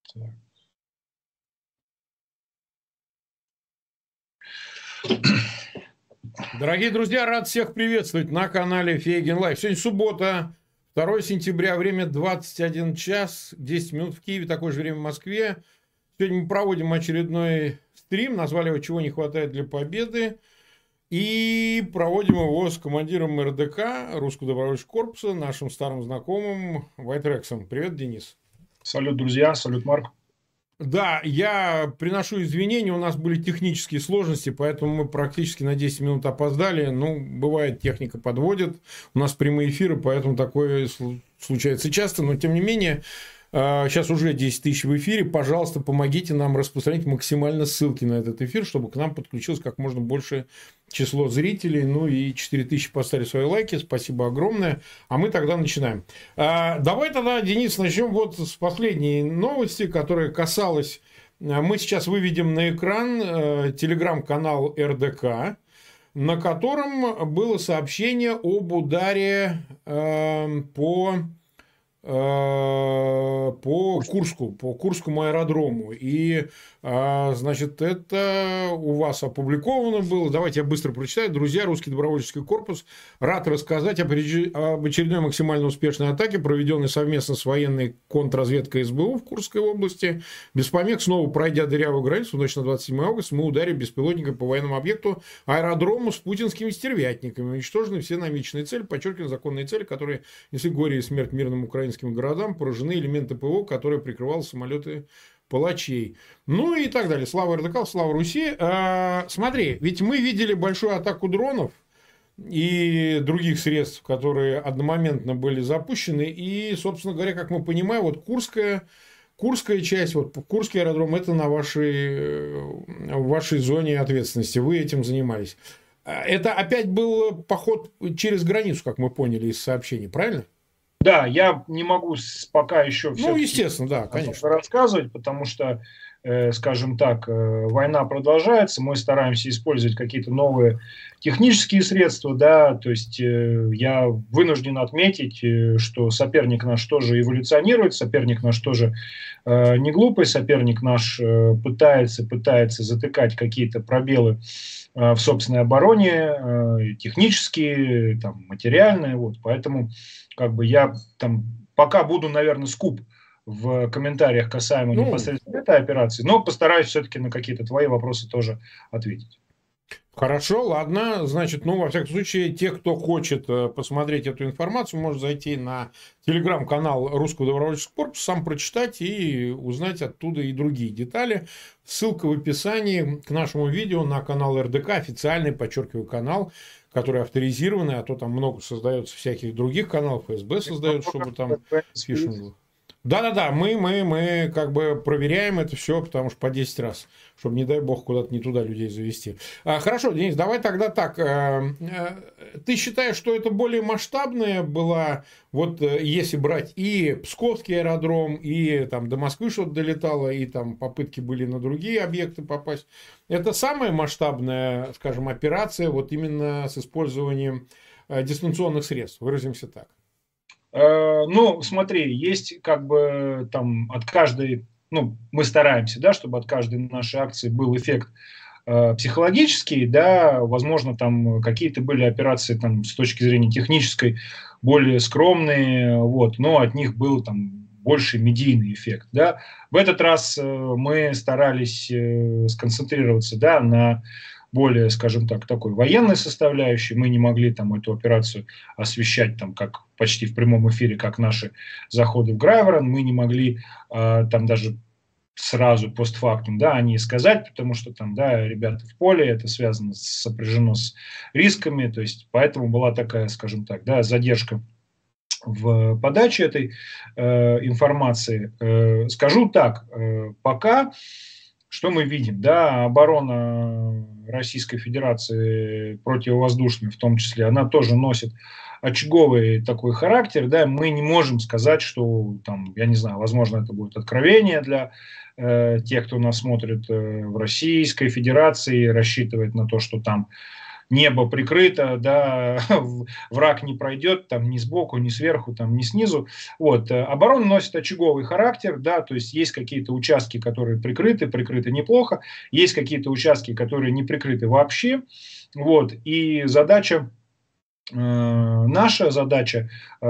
Дорогие друзья, рад всех приветствовать на канале Фейгин Лайв. Сегодня суббота, 2 сентября, время 21 час, 10 минут в Киеве, такое же время в Москве. Сегодня мы проводим очередной стрим, назвали его «Чего не хватает для победы». И проводим его с командиром РДК, Русского добровольческого корпуса, нашим старым знакомым Вайтрексом. Привет, Денис. Салют, друзья, салют, Марк. Да, я приношу извинения, у нас были технические сложности, поэтому мы практически на 10 минут опоздали. Ну, бывает, техника подводит, у нас прямые эфиры, поэтому такое случается часто, но тем не менее, сейчас уже 10 тысяч в эфире, пожалуйста, помогите нам распространить максимально ссылки на этот эфир, чтобы к нам подключилось как можно больше число зрителей, ну и 4000 поставили свои лайки, спасибо огромное, а мы тогда начинаем. Давай тогда, Денис, начнем вот с последней новости, которая касалась, мы сейчас выведем на экран телеграм-канал РДК, на котором было сообщение об ударе по Курскому аэродрому. И, значит, это у вас опубликовано было. Давайте я быстро прочитаю. Друзья, Русский добровольческий корпус рад рассказать об очередной максимально успешной атаке, проведенной совместно с военной контрразведкой СБУ в Курской области. Без помех, снова пройдя дырявую границу, в ночь на 27 августа, мы ударили беспилотником по военному объекту аэродрому с путинскими стервятниками. Уничтожены все намеченные цели, подчеркиваю, законные цели, которые несли горе и смерть мирным украинским городам, поражены элементы ПВО, которые прикрывали самолеты палачей. Ну и так далее. Слава РДК, слава Руси. Смотри, ведь мы видели большую атаку дронов и других средств, которые одномоментно были запущены. И, собственно говоря, как мы понимаем, вот Курская часть, вот Курский аэродром, это в вашей зоне ответственности. Вы этим занимались. Это опять был поход через границу, как мы поняли из сообщений, правильно? Да, я не могу пока еще все естественно, да, конечно, рассказывать, потому что, скажем так, война продолжается, мы стараемся использовать какие-то новые технические средства, да, то есть я вынужден отметить, что соперник наш тоже эволюционирует, соперник наш тоже не глупый, соперник наш пытается затыкать какие-то пробелы в собственной обороне, технические, там, материальные, вот, поэтому как бы я там пока буду, наверное, скуп в комментариях касаемо непосредственно этой операции, но постараюсь все-таки на какие-то твои вопросы тоже ответить. Хорошо, ладно. Значит, во всяком случае, те, кто хочет посмотреть эту информацию, может зайти на телеграм-канал Русского добровольческого корпуса, сам прочитать и узнать оттуда и другие детали. Ссылка в описании к нашему видео на канал РДК, официальный, подчеркиваю, канал, который авторизированный, а то там много создается всяких других каналов, ФСБ создает, чтобы там фишинг был. Да-да-да, мы как бы проверяем это все, потому что по 10 раз, чтобы, не дай бог, куда-то не туда людей завести. Хорошо, Денис, давай тогда так. Ты считаешь, что это более масштабная была, вот если брать и Псковский аэродром, и там до Москвы что-то долетало, и там попытки были на другие объекты попасть. Это самая масштабная, скажем, операция вот именно с использованием дистанционных средств, выразимся так. Ну, смотри, есть как бы там от каждой, мы стараемся, да, чтобы от каждой нашей акции был эффект психологический, да, возможно, там какие-то были операции там с точки зрения технической более скромные, вот, но от них был там больше медийный эффект, да. В этот раз мы старались сконцентрироваться, да, на более, скажем так, такой военной составляющей. Мы не могли там эту операцию освещать там как почти в прямом эфире, как наши заходы в Грайворон. Мы не могли там даже сразу постфактум, да, они сказать, потому что там, да, ребята в поле, это связано, сопряжено с рисками, то есть поэтому была такая, скажем так, да, задержка в подаче этой информации. Скажу так, пока что мы видим, да, оборона Российской Федерации противовоздушная, в том числе, она тоже носит очаговый такой характер, да, мы не можем сказать, что там, я не знаю, возможно, это будет откровение для тех, кто нас смотрит в Российской Федерации, рассчитывает на то, что там небо прикрыто, да, враг не пройдет там ни сбоку, ни сверху, там, ни снизу. Вот. Оборона носит очаговый характер, да, то есть есть какие-то участки, которые прикрыты, прикрыты неплохо, есть какие-то участки, которые не прикрыты вообще. Вот. И задача, наша задача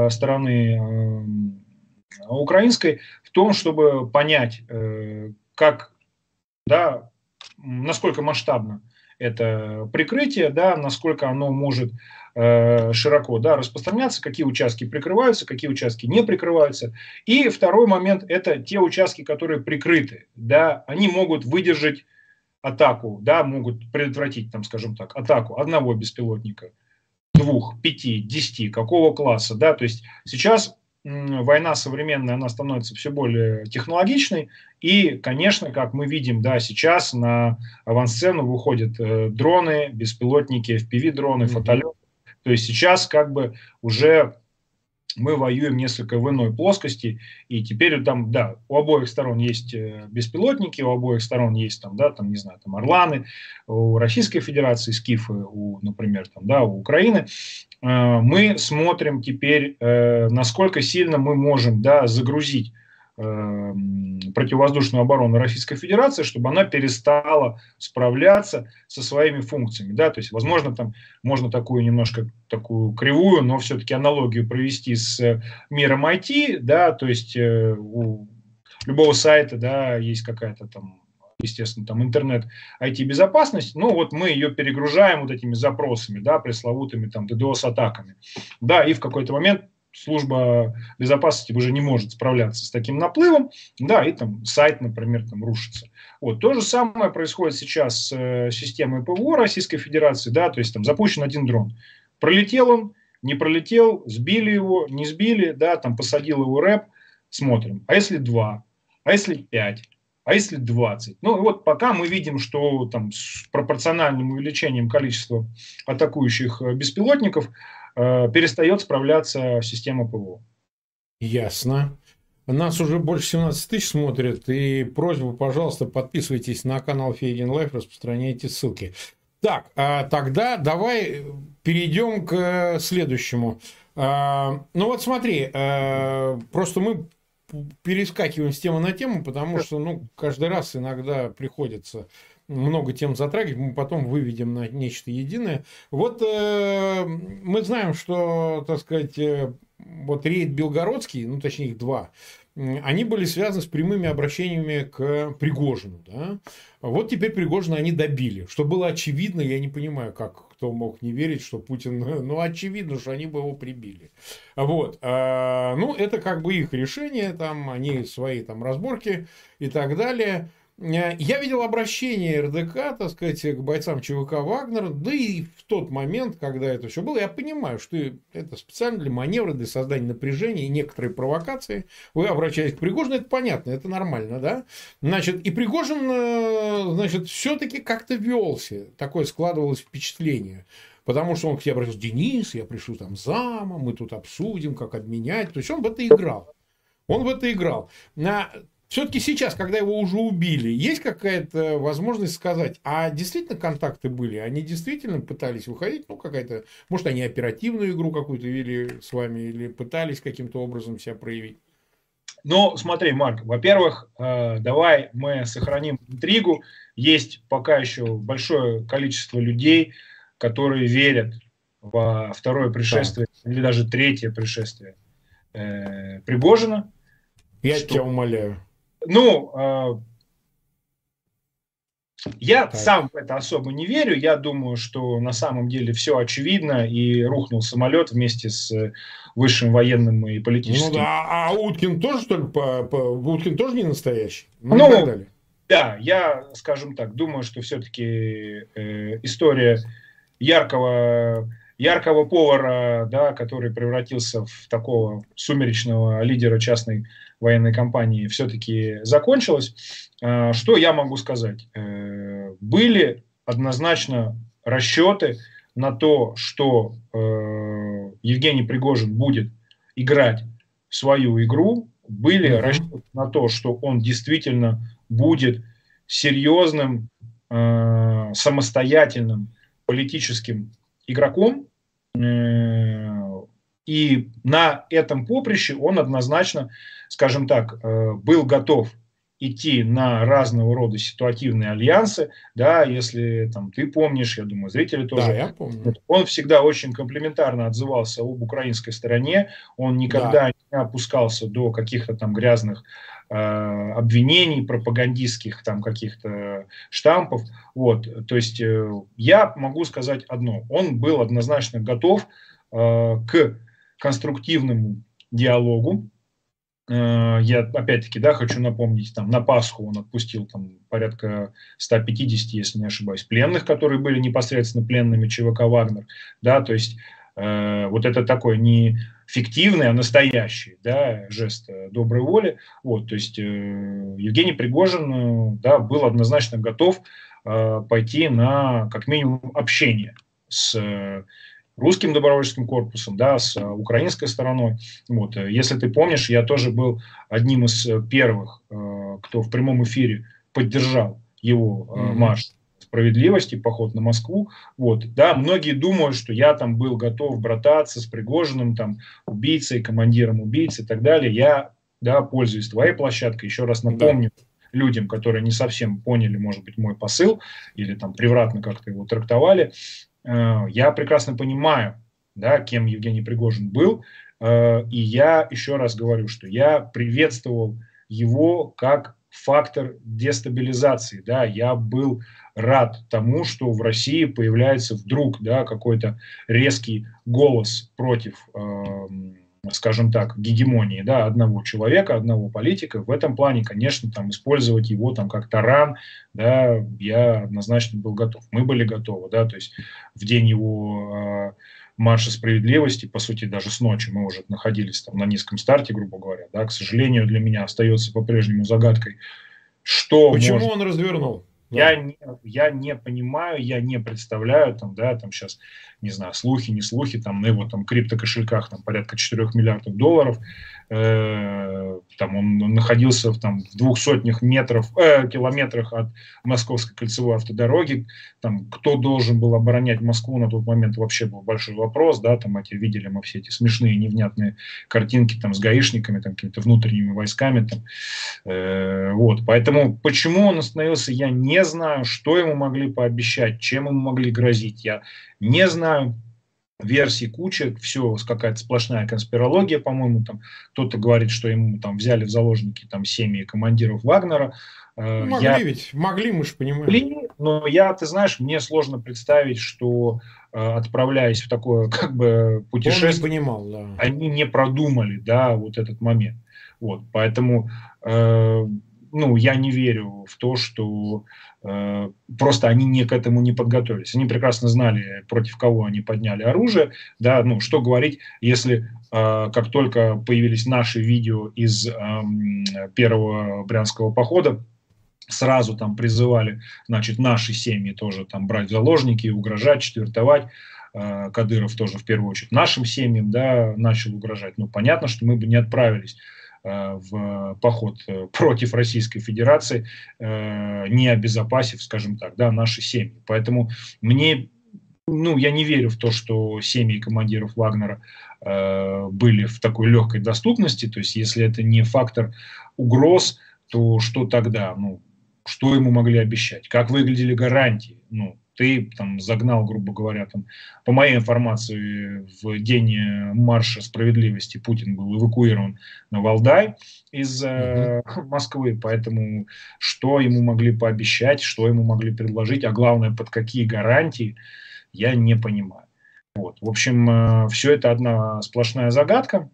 стороны украинской в том, чтобы понять, как, да, насколько масштабно это прикрытие, да, насколько оно может широко, да, распространяться, какие участки прикрываются, какие участки не прикрываются. И второй момент – это те участки, которые прикрыты, да, они могут выдержать атаку, да, могут предотвратить, там, скажем так, атаку одного беспилотника, 2, 5, 10, какого класса, да, то есть сейчас война современная, она становится все более технологичной, и, конечно, как мы видим, да, сейчас на авансцену выходят дроны, беспилотники, FPV-дроны, фотолеты, то есть сейчас как бы уже мы воюем несколько в иной плоскости, и теперь там, да, у обоих сторон есть беспилотники, у обоих сторон есть там, да, там, не знаю, там Орланы, у Российской Федерации Скифы, например, там, да, у Украины. Мы смотрим теперь, насколько сильно мы можем, да, загрузить противовоздушную оборону Российской Федерации, чтобы она перестала справляться со своими функциями. Да? То есть, возможно, там можно такую немножко такую кривую, но все-таки аналогию провести с миром IT. Да? То есть у любого сайта, да, есть какая-то там, естественно, там интернет IT-безопасность, ну вот мы ее перегружаем вот этими запросами, да, пресловутыми там DDoS-атаками. Да, и в какой-то момент служба безопасности уже не может справляться с таким наплывом, да, и там сайт, например, там рушится. Вот. То же самое происходит сейчас с системой ПВО Российской Федерации, да, то есть там запущен один дрон. Пролетел он, не пролетел, сбили его, не сбили, да, там посадил его рэп, смотрим. А если 2? А если 5? А если 20? Ну, вот пока мы видим, что там с пропорциональным увеличением количества атакующих беспилотников перестает справляться система ПВО. Ясно. Нас уже больше 17 тысяч смотрят, и просьба, пожалуйста, подписывайтесь на канал Фейгин Лайф, распространяйте ссылки. Так, тогда давай перейдем к следующему. Ну вот смотри, просто мы перескакиваем с темы на тему, потому что, ну, каждый раз иногда приходится много тем затрагивать, мы потом выведем на нечто единое. Вот мы знаем, что, так сказать, вот рейд Белгородский, ну, точнее, их 2, они были связаны с прямыми обращениями к Пригожину. Да? Вот теперь Пригожина они добили. Что было очевидно, я не понимаю, как кто мог не верить, что Путин... Ну, очевидно, что они бы его прибили. Вот. Ну, это как бы их решение, там, они свои там разборки и так далее. Я видел обращение РДК, так сказать, к бойцам ЧВК «Вагнер», да и в тот момент, когда это все было, я понимаю, что это специально для маневра, для создания напряжения и некоторые провокации. Вы обращаетесь к Пригожину, это понятно, это нормально, да? Значит, и Пригожин, значит, все-таки как-то велся, такое складывалось впечатление. Потому что он к тебе обратился: Денис, я пришлю там зама, мы тут обсудим, как обменять. То есть он в это играл. Он в это играл. Все-таки сейчас, когда его уже убили, есть какая-то возможность сказать, а действительно контакты были? Они действительно пытались выходить? Ну, какая-то, может, они оперативную игру какую-то вели с вами или пытались каким-то образом себя проявить? Ну, смотри, Марк, во-первых, давай мы сохраним интригу. Есть пока еще большое количество людей, которые верят во второе пришествие, или даже третье пришествие Пригожина. Я тебя умоляю. Ну, я сам в это особо не верю. Я думаю, что на самом деле все очевидно, и рухнул самолет вместе с высшим военным и политическим. Ну да, а Уткин тоже, что ли, Уткин тоже не настоящий? Ну, и так далее. Да, я, скажем так, думаю, что все-таки история яркого повара, да, который превратился в такого сумеречного лидера частной военной компании, все-таки закончилась. Что я могу сказать? Были однозначно расчеты на то, что Евгений Пригожин будет играть в свою игру. Были расчеты на то, что он действительно будет серьезным, самостоятельным политическим игроком, и на этом поприще он однозначно, скажем так, был готов идти на разного рода ситуативные альянсы, да, если там ты помнишь, я думаю, зрители тоже. Да, я помню. Он всегда очень комплиментарно отзывался об украинской стороне, он никогда не опускался до каких-то там грязных обвинений, пропагандистских там каких-то штампов. Вот, то есть я могу сказать одно: он был однозначно готов к конструктивному диалогу. Я опять-таки, да, хочу напомнить, там на Пасху он отпустил там порядка 150, если не ошибаюсь, пленных, которые были непосредственно пленными ЧВК «Вагнер», да, то есть вот это такой не фиктивный, а настоящий, да, жест доброй воли. Вот, то есть Евгений Пригожин, да, был однозначно готов пойти на, как минимум, общение с русским добровольческим корпусом, да, с украинской стороной. Вот. Если ты помнишь, я тоже был одним из первых, кто в прямом эфире поддержал его марш справедливости, поход на Москву. Вот. Да, многие думают, что я там был готов брататься с Пригожиным, там, убийцей, командиром убийц и так далее. Я, да, пользуюсь твоей площадкой, еще раз напомню людям, которые не совсем поняли, может быть, мой посыл или там превратно как-то его трактовали. Я прекрасно понимаю, да, кем Евгений Пригожин был, и я еще раз говорю, что я приветствовал его как фактор дестабилизации, да, я был рад тому, что в России появляется вдруг, да, какой-то резкий голос против, скажем так, гегемонии, да, одного человека, одного политика. В этом плане, конечно, там использовать его там как таран, да, я однозначно был готов. Мы были готовы, да, то есть в день его марша справедливости, по сути, даже с ночи мы уже находились там на низком старте, грубо говоря, да, к сожалению, для меня остается по-прежнему загадкой, что почему он развернул. Я не понимаю, я не представляю, там, да, там сейчас, не знаю, слухи, не слухи, там на его там криптокошельках там порядка 4 миллиардов долларов, там он находился там в 200 километрах от Московской кольцевой автодороги, там кто должен был оборонять Москву на тот момент, вообще был большой вопрос, да, там видели мы все эти смешные невнятные картинки там с гаишниками, там какими-то внутренними войсками, там, вот, поэтому почему он остановился, я не знаю, что ему могли пообещать, чем ему могли грозить, я не знаю. Версий куча, все какая-то сплошная конспирология, по-моему, там кто-то говорит, что ему там взяли в заложники там семьи командиров Вагнера. Могли, мы же понимаем. Но ты знаешь, мне сложно представить, что отправляясь в такое как бы путешествие, он не понимал, да. Они не продумали, да, вот этот момент. Вот, поэтому я не верю в то, что просто они к этому не подготовились. Они прекрасно знали, против кого они подняли оружие. Да, что говорить, если как только появились наши видео из первого брянского похода, сразу там призывали, значит, наши семьи тоже там брать в заложники, угрожать, четвертовать. Кадыров тоже в первую очередь нашим семьям, да, начал угрожать. Понятно, что мы бы не отправились в поход против Российской Федерации, не обезопасив, скажем так, да, наши семьи. Поэтому я не верю в то, что семьи командиров Вагнера были в такой легкой доступности. То есть, если это не фактор угроз, то что тогда? Что ему могли обещать? Как выглядели гарантии? Ты там загнал, грубо говоря, там, по моей информации, в день марша справедливости Путин был эвакуирован на Валдай из Москвы, поэтому что ему могли пообещать, что ему могли предложить, а главное, под какие гарантии, я не понимаю. Вот. В общем, все это одна сплошная загадка.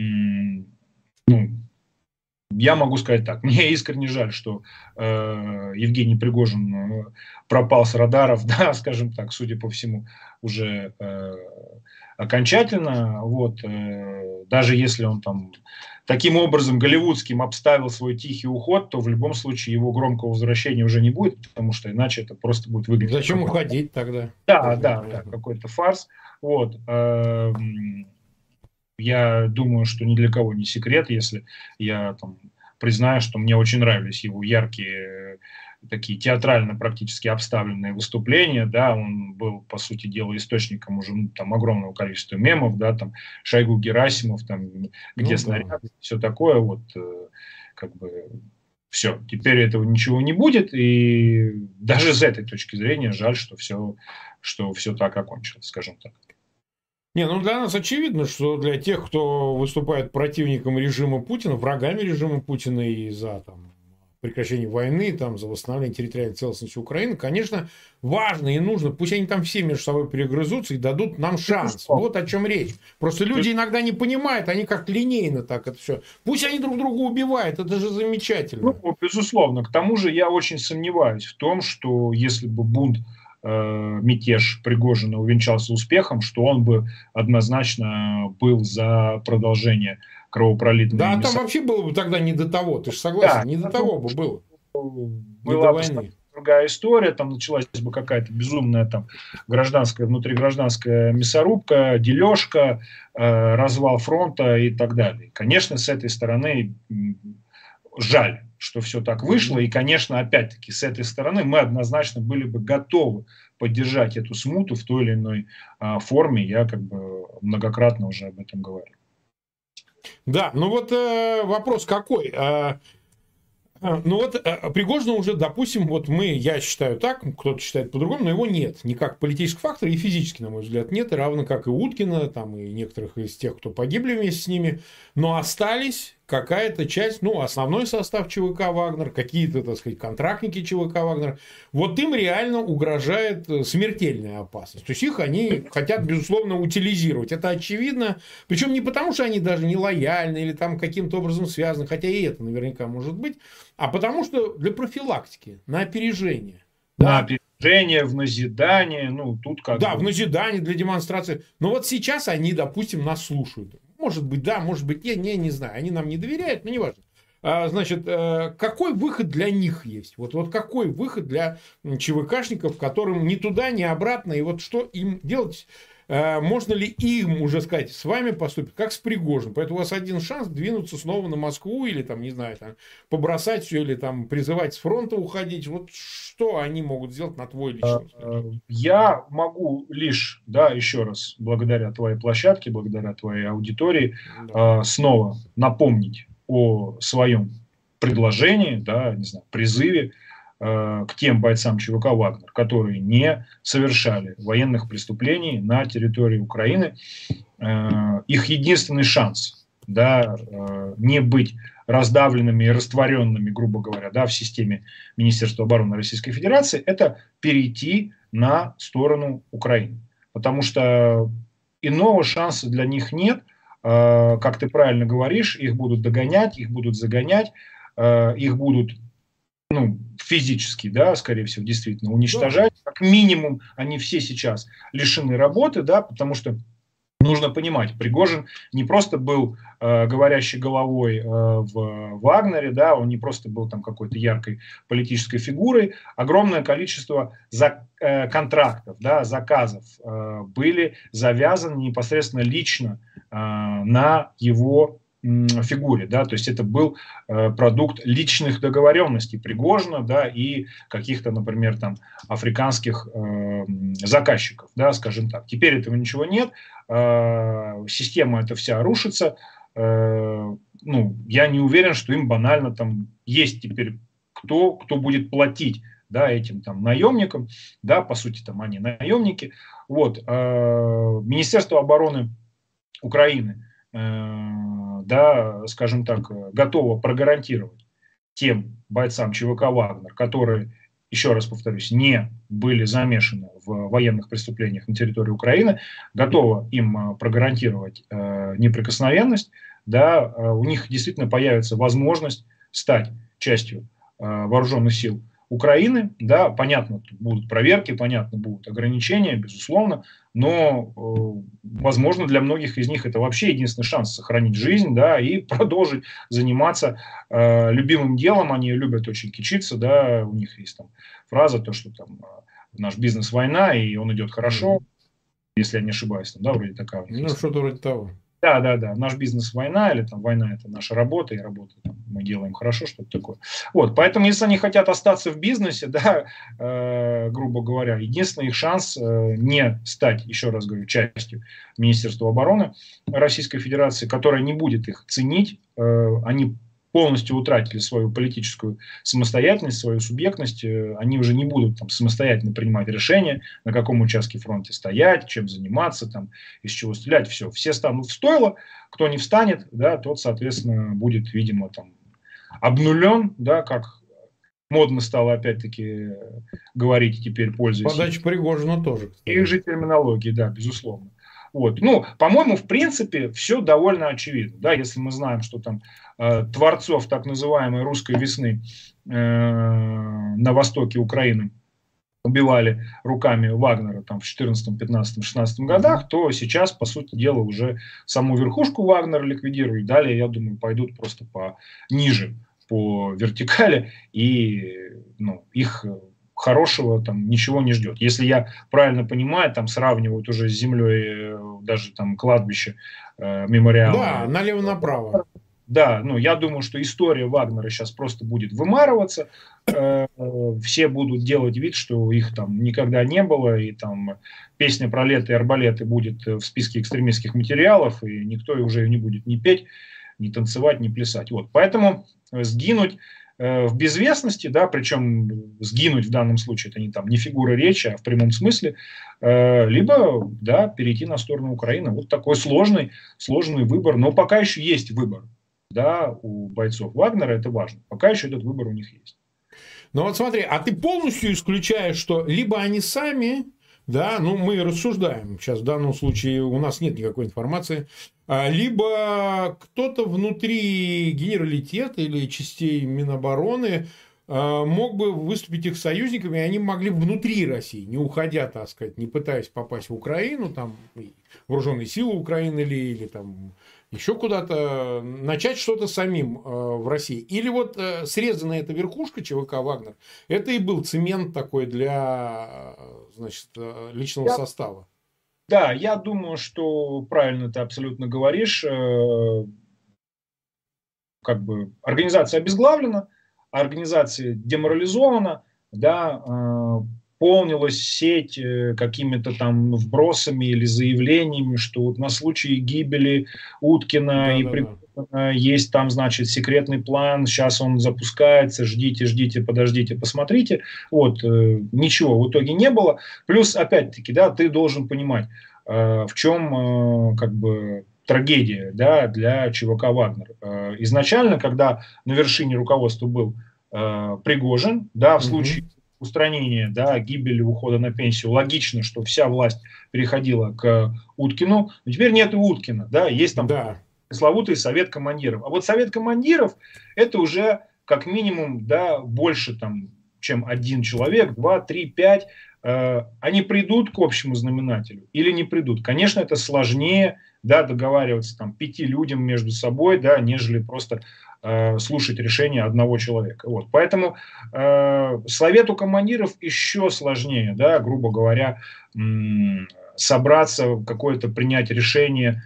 Я могу сказать так, мне искренне жаль, что Евгений Пригожин пропал с радаров, да, скажем так, судя по всему, уже окончательно. Вот, даже если он там таким образом голливудским обставил свой тихий уход, то в любом случае его громкого возвращения уже не будет, потому что иначе это просто будет выглядеть. Зачем уходить тогда? Да, какой-то фарс. Вот. Я думаю, что ни для кого не секрет, если я там признаю, что мне очень нравились его яркие такие театрально практически обставленные выступления, да, он был, по сути дела, источником уже там огромного количества мемов, да, там Шойгу, Герасимов, там, где снаряды, все такое, вот, как бы, все, теперь этого ничего не будет, и даже с этой точки зрения жаль, что все так окончилось, скажем так. Не, ну для нас очевидно, что для тех, кто выступает противником режима Путина, врагами режима Путина и за там, прекращение войны, там, за восстановление территориальной целостности Украины, конечно, важно и нужно, пусть они там все между собой перегрызутся и дадут нам шанс. Вот о чем речь. Просто люди иногда не понимают, они как линейно так это все. Пусть они друг друга убивают, это же замечательно. Ну, безусловно. К тому же я очень сомневаюсь в том, что если бы бунт, мятеж Пригожина увенчался успехом, что он бы однозначно был за продолжение кровопролитной. Да, там вообще было бы тогда не до того, ты же согласен, да, не до того бы было. Была бы другая история, там началась бы какая-то безумная там внутригражданская мясорубка, дележка, развал фронта и так далее. Конечно, с этой стороны жаль, что все так вышло. И, конечно, опять-таки, с этой стороны мы однозначно были бы готовы поддержать эту смуту в той или иной форме. Я как бы многократно уже об этом говорил. Да, ну вот вопрос какой? Ну вот Пригожина уже, допустим, вот я считаю так, кто-то считает по-другому, но его нет. Ни как политический фактор, и физически, на мой взгляд, нет. И равно как и Уткина, там, и некоторых из тех, кто погибли вместе с ними. Но остались какая-то часть, основной состав ЧВК «Вагнер», какие-то, так сказать, контрактники ЧВК «Вагнер». Вот им реально угрожает смертельная опасность. То есть их они хотят, безусловно, утилизировать. Это очевидно. Причем не потому, что они даже не лояльны или там каким-то образом связаны, хотя и это наверняка может быть, а потому что для профилактики, на опережение. На опережение, в назидание, тут как да, в назидание, для демонстрации. Но вот сейчас они, допустим, нас слушают. Может быть, да, может быть, не знаю. Они нам не доверяют, но неважно. Значит, какой выход для них есть? Вот какой выход для ЧВКшников, которым ни туда, ни обратно, и вот что им делать? Можно ли им уже сказать, с вами поступить, как с Пригожиным? Поэтому у вас один шанс двинуться снова на Москву или там, не знаю, там, побросать все, или там призывать с фронта уходить. Вот что они могут сделать на твой личный взгляд? Я могу лишь, еще раз, благодаря твоей площадке, благодаря твоей аудитории, снова напомнить о своем предложении, призыве к тем бойцам ЧВК «Вагнер», которые не совершали военных преступлений на территории Украины. Их единственный шанс не быть раздавленными и растворенными, грубо говоря, в системе Министерства обороны Российской Федерации, это перейти на сторону Украины. Потому что иного шанса для них нет. Как ты правильно говоришь, их будут догонять, их будут загонять, их будут физически, скорее всего, действительно уничтожать. Да. Как минимум, они все сейчас лишены работы, потому что нужно понимать, Пригожин не просто был говорящей головой в Вагнере, он не просто был там какой-то яркой политической фигурой. Огромное количество контрактов, заказов были завязаны непосредственно лично на его фигуре, то есть это был продукт личных договоренностей Пригожина, и каких-то, например, там африканских заказчиков, скажем так. Теперь этого ничего нет, система эта вся рушится. Я не уверен, что им банально там есть теперь кто будет платить, этим там наемникам, по сути там они наемники. Вот Министерство обороны Украины, скажем так, готово прогарантировать тем бойцам ЧВК «Вагнер», которые, еще раз повторюсь, не были замешаны в военных преступлениях на территории Украины, готово им прогарантировать неприкосновенность, у них действительно появится возможность стать частью вооруженных сил Украины, понятно, будут проверки, понятно, будут ограничения, безусловно, но, возможно, для многих из них это вообще единственный шанс сохранить жизнь, и продолжить заниматься любимым делом. Они любят очень кичиться, у них есть там фраза, то, что там наш бизнес война, и он идет хорошо, если я не ошибаюсь, вроде такая. Что-то вроде того. Да, да, да. Наш бизнес война, или там война это наша работа, и работа там, мы делаем хорошо, что-то такое. Вот, поэтому, если они хотят остаться в бизнесе, да, грубо говоря, единственный их шанс не стать, еще раз говорю, частью Министерства обороны Российской Федерации, которая не будет их ценить, они полностью утратили свою политическую самостоятельность, свою субъектность, они уже не будут там самостоятельно принимать решения, на каком участке фронта стоять, чем заниматься, там, из чего стрелять, все станут в стойло, кто не встанет, да, тот, соответственно, будет, видимо, там, обнулен, да, как модно стало, опять-таки, говорить теперь, пользуясь Подача Пригожина тоже, их кстати. же терминологии, да, безусловно. Вот. Ну, по-моему, в принципе, все довольно очевидно. Да, если мы знаем, что там творцов так называемой русской весны на востоке Украины убивали руками Вагнера там, в 14, 15, 16 годах, то сейчас, по сути дела, уже саму верхушку Вагнера ликвидируют. Далее, я думаю, пойдут просто ниже по вертикали, и ну, их хорошего там ничего не ждет. Если я правильно понимаю, там сравнивают уже с землей даже там кладбище, Да, мемориалы. налево-направо. Да, ну я думаю, что история Вагнера сейчас просто будет вымарываться, все будут делать вид, что их там никогда не было, и там песня про лето и арбалеты будет в списке экстремистских материалов, и никто уже ее не будет ни петь, ни танцевать, ни плясать. Вот, поэтому сгинуть в безвестности, да, причем сгинуть в данном случае это не там не фигура речи, а в прямом смысле, либо да, перейти на сторону Украины. Вот такой сложный выбор, но пока еще есть выбор, да, у бойцов Вагнера, это важно. Пока еще этот выбор у них есть. Ну вот смотри, а ты полностью исключаешь, что либо они сами, да, ну мы рассуждаем, сейчас в данном случае у нас нет никакой информации, либо кто-то внутри генералитета или частей Минобороны мог бы выступить их союзниками, и они могли внутри России, не уходя, так сказать, не пытаясь попасть в Украину, там, вооруженные силы Украины или там еще куда-то, начать что-то самим в России. Или вот срезанная эта верхушка ЧВК «Вагнер», это и был цемент такой для, значит, личного состава. Да, я думаю, что правильно ты абсолютно говоришь. Как бы организация обезглавлена, организация деморализована, да, полнилась сеть какими-то там вбросами или заявлениями, что вот на случай гибели Уткина и Пригожина есть там, значит, секретный план, сейчас он запускается, ждите, подождите, посмотрите. Вот, ничего в итоге не было. Плюс, опять-таки, да, ты должен понимать, в чем как бы трагедия, да, для ЧВК «Вагнер». Изначально, когда на вершине руководства был Пригожин, да, в случае устранения, да, гибели, ухода на пенсию, логично, что вся власть переходила к Уткину, но теперь нет и Уткина, да, есть там пресловутый совет командиров. А вот совет командиров это уже как минимум, да, больше там, чем один человек, 2, 3, 5, они придут к общему знаменателю или не придут. Конечно, это сложнее, да, договариваться там 5 людям между собой, да, нежели просто слушать решение одного человека. Вот. Поэтому совету командиров еще сложнее, да, грубо говоря, собраться, какое-то принять решение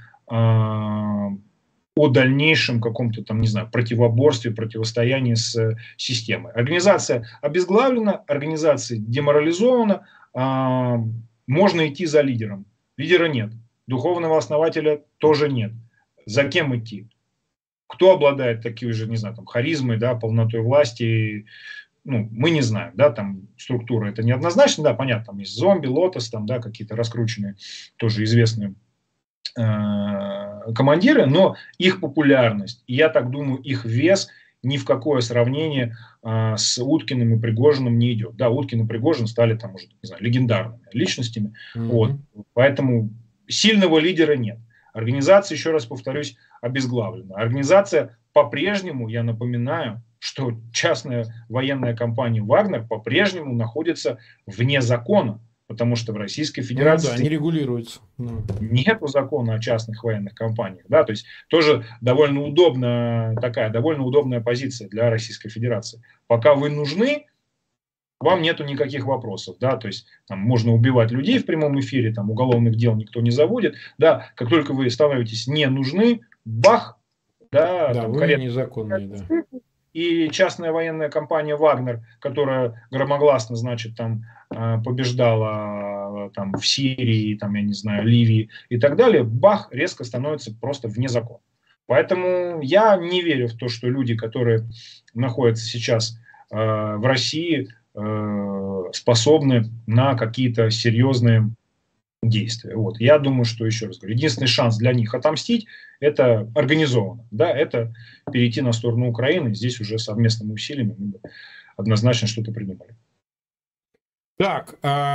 о дальнейшем каком-то там, не знаю, противоборстве, противостоянии с системой. Организация обезглавлена, организация деморализована, можно идти за лидером. Лидера нет. Духовного основателя тоже нет. За кем идти? Кто обладает такой же, не знаю, там, харизмой, да, полнотой власти? Ну, мы не знаем, да, там структура это неоднозначно, да, понятно, там есть зомби, лотос, там, да, какие-то раскрученные, тоже известные командиры, но их популярность, и я так думаю, их вес ни в какое сравнение с Уткиным и Пригожиным не идет. Да, Уткин и Пригожин стали там уже, не знаю, легендарными личностями, вот, поэтому сильного лидера нет. Организация, еще раз повторюсь, обезглавлена. Организация по-прежнему, я напоминаю, что частная военная компания «Вагнер» по-прежнему находится вне закона, потому что в Российской Федерации не регулируется. Нету закона о частных военных компаниях. Да? То есть тоже довольно удобная позиция для Российской Федерации. Пока вы нужны, к вам нету никаких вопросов, да, то есть там можно убивать людей в прямом эфире, там уголовных дел никто не заводит, да, как только вы становитесь не нужны, бах, да, Да, там вы карета незаконные, да. и частная военная компания «Вагнер», которая громогласно, значит, там побеждала там в Сирии, там, я не знаю, Ливии и так далее, бах, резко становится просто вне закона. Поэтому я не верю в то, что люди, которые находятся сейчас в России, способны на какие-то серьезные действия. Вот. Я думаю, что, еще раз говорю, единственный шанс для них отомстить – это организованно. Да, это перейти на сторону Украины. Здесь уже совместными усилиями мы бы однозначно что-то придумали. Так,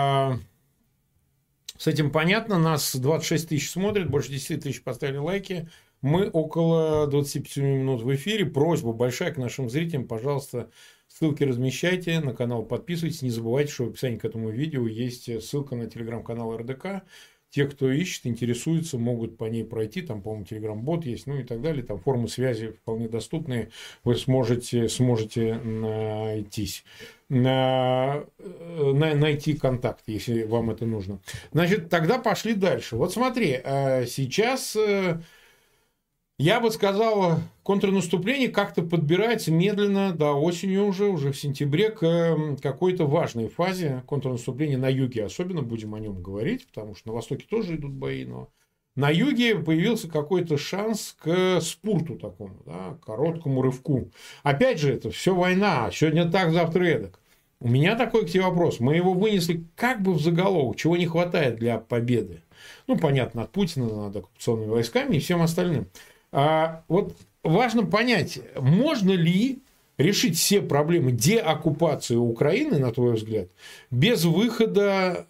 с этим понятно. Нас 26 тысяч смотрят, больше 10 тысяч поставили лайки. Мы около 25 минут в эфире. Просьба большая к нашим зрителям, пожалуйста, ссылки размещайте, на канал подписывайтесь. Не забывайте, что в описании к этому видео есть ссылка на телеграм-канал РДК. Те, кто ищет, интересуется, могут по ней пройти. Там, по-моему, телеграм-бот есть, ну и так далее. Там формы связи вполне доступные. Вы сможете найти контакт, если вам это нужно. Значит, тогда пошли дальше. Вот смотри, сейчас... Я бы сказал, контрнаступление как-то подбирается медленно, до осени уже в сентябре, к какой-то важной фазе контрнаступления на юге. Особенно будем о нем говорить, потому что на востоке тоже идут бои, но на юге появился какой-то шанс к спурту такому, да, короткому рывку. Опять же, это все война, сегодня так, завтра эдак. У меня такой к тебе вопрос. Мы его вынесли как бы в заголовок, чего не хватает для победы. Ну, понятно, от Путина, над оккупационными войсками и всем остальным. Вот важно понять, можно ли решить все проблемы деоккупации Украины, на твой взгляд, без выхода,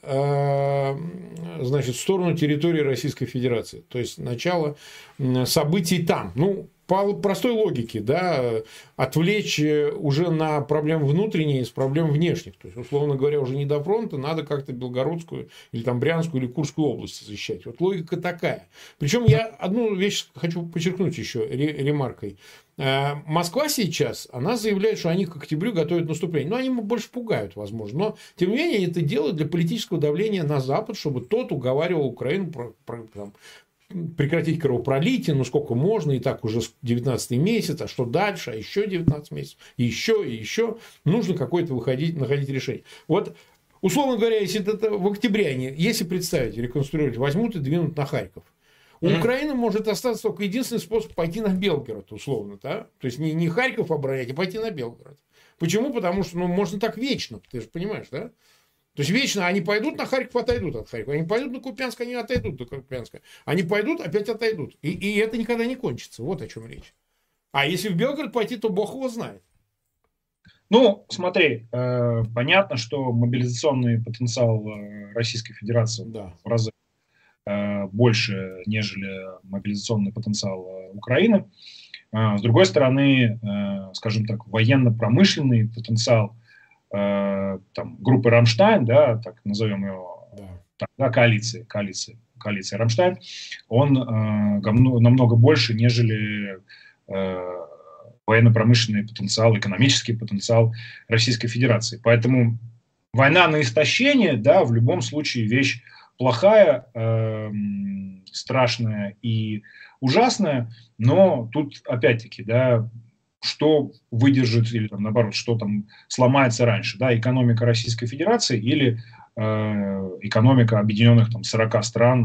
значит, в сторону территории Российской Федерации, то есть начала событий там. Ну, по простой логике, да, отвлечь уже на проблемы внутренние с проблем внешних. То есть, условно говоря, уже не до фронта, надо как-то Белгородскую или там Брянскую или Курскую область защищать. Вот логика такая. Причем я одну вещь хочу подчеркнуть еще ремаркой. Москва сейчас, она заявляет, что они к октябрю готовят наступление. Но они больше пугают, возможно. Но, тем не менее, это делают для политического давления на Запад, чтобы тот уговаривал Украину прекратить кровопролитие, ну сколько можно, и так уже 19 месяц, а что дальше, а еще 19 месяцев, и еще, нужно какое-то находить решение. Вот, условно говоря, если это в октябре они, если представить, реконструировать, возьмут и двинут на Харьков. У Украины может остаться только единственный способ пойти на Белгород, условно, да? То есть не Харьков оборонять, а пойти на Белгород. Почему? Потому что можно так вечно, ты же понимаешь, да? То есть вечно они пойдут на Харьков, отойдут от Харькова. Они пойдут на Купянск, они отойдут до Купянска. Они пойдут, опять отойдут. И это никогда не кончится. Вот о чем речь. А если в Белгород пойти, то Бог его знает. Ну, смотри, понятно, что мобилизационный потенциал Российской Федерации в разы больше, нежели мобилизационный потенциал Украины. С другой стороны, скажем так, военно-промышленный потенциал там, группы «Рамштайн», да, так назовем его, да, коалиции «Рамштайн», он намного больше, нежели военно-промышленный потенциал, экономический потенциал Российской Федерации. Поэтому война на истощение, да, в любом случае вещь плохая, страшная и ужасная, но тут опять-таки, да, что выдержит или там, наоборот, что там сломается раньше, да, экономика Российской Федерации или экономика объединенных там 40 стран,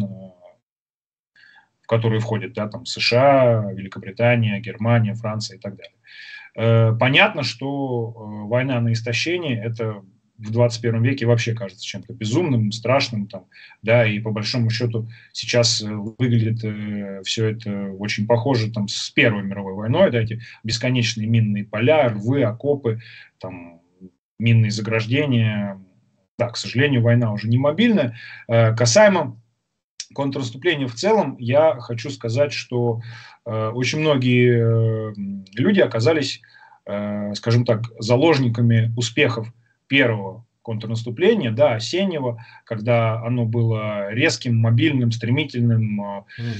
в которые входят, да, там США, Великобритания, Германия, Франция и так далее. Понятно, что война на истощение – это в 21 веке вообще кажется чем-то безумным, страшным, там, да, и по большому счету сейчас выглядит все это очень похоже там, с Первой мировой войной, да, эти бесконечные минные поля, рвы, окопы, там, минные заграждения. Да, к сожалению, война уже не мобильная. Касаемо контрнаступления в целом, я хочу сказать, что очень многие люди оказались, скажем так, заложниками успехов первого контрнаступления, да, осеннего, когда оно было резким, мобильным, стремительным,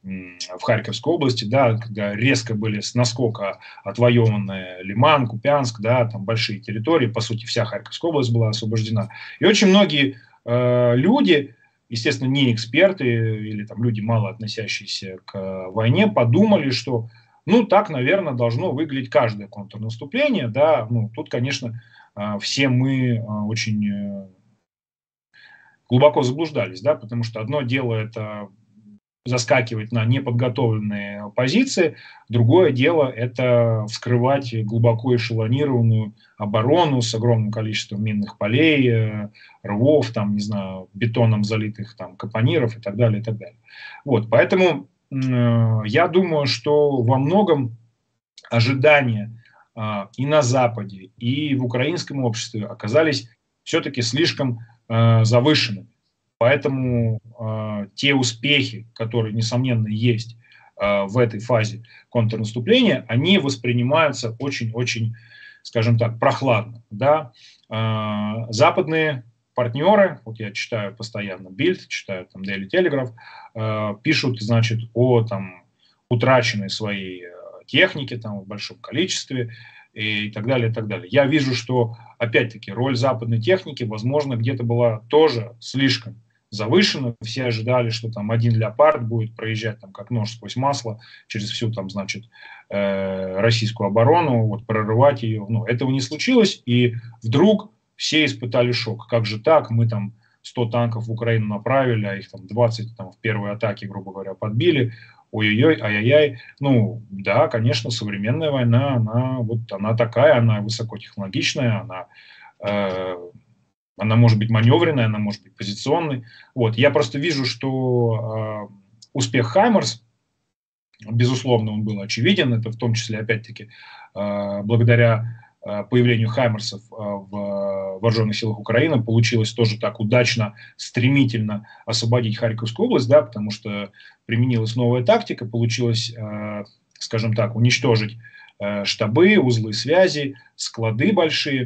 в Харьковской области, да, когда резко были с наскока отвоеваны Лиман, Купянск, да, там большие территории, по сути, вся Харьковская область была освобождена. И очень многие люди, естественно, не эксперты или там люди, мало относящиеся к войне, подумали, что, ну, так, наверное, должно выглядеть каждое контрнаступление, да, ну, тут, конечно, все мы очень глубоко заблуждались, да, потому что одно дело это заскакивать на неподготовленные позиции, другое дело это вскрывать глубоко эшелонированную оборону с огромным количеством минных полей, рвов, там, не знаю, бетоном залитых там капониров и так далее, и так далее. Вот, поэтому я думаю, что во многом ожидания и на Западе, и в украинском обществе оказались все-таки слишком завышенными. Поэтому те успехи, которые, несомненно, есть в этой фазе контрнаступления, они воспринимаются очень-очень, скажем так, прохладно. Да? Западные партнеры, вот я читаю постоянно Bild, читаю там Daily Telegraph, пишут, значит, о там утраченной своей технике там в большом количестве и так далее, и так далее. Я вижу, что, опять-таки, роль западной техники, возможно, где-то была тоже слишком завышена. Все ожидали, что там один леопард будет проезжать там как нож сквозь масло через всю там, значит, российскую оборону, вот прорывать ее. Ну, этого не случилось, и вдруг все испытали шок. Как же так? Мы там 100 танков в Украину направили, а их там 20 там, в первой атаке, грубо говоря, подбили. Ой-ой-ой, ай-яй-яй. Ну, да, конечно, современная война, она такая, она высокотехнологичная, она может быть маневренной, она может быть позиционной. Вот. Я просто вижу, что успех «Хаймерс», безусловно, он был очевиден. Это в том числе, опять-таки, благодаря появлению «Хаймерсов» в вооруженных силах Украины получилось тоже так удачно, стремительно освободить Харьковскую область, да, потому что применилась новая тактика, получилось, скажем так, уничтожить штабы, узлы связи, склады большие.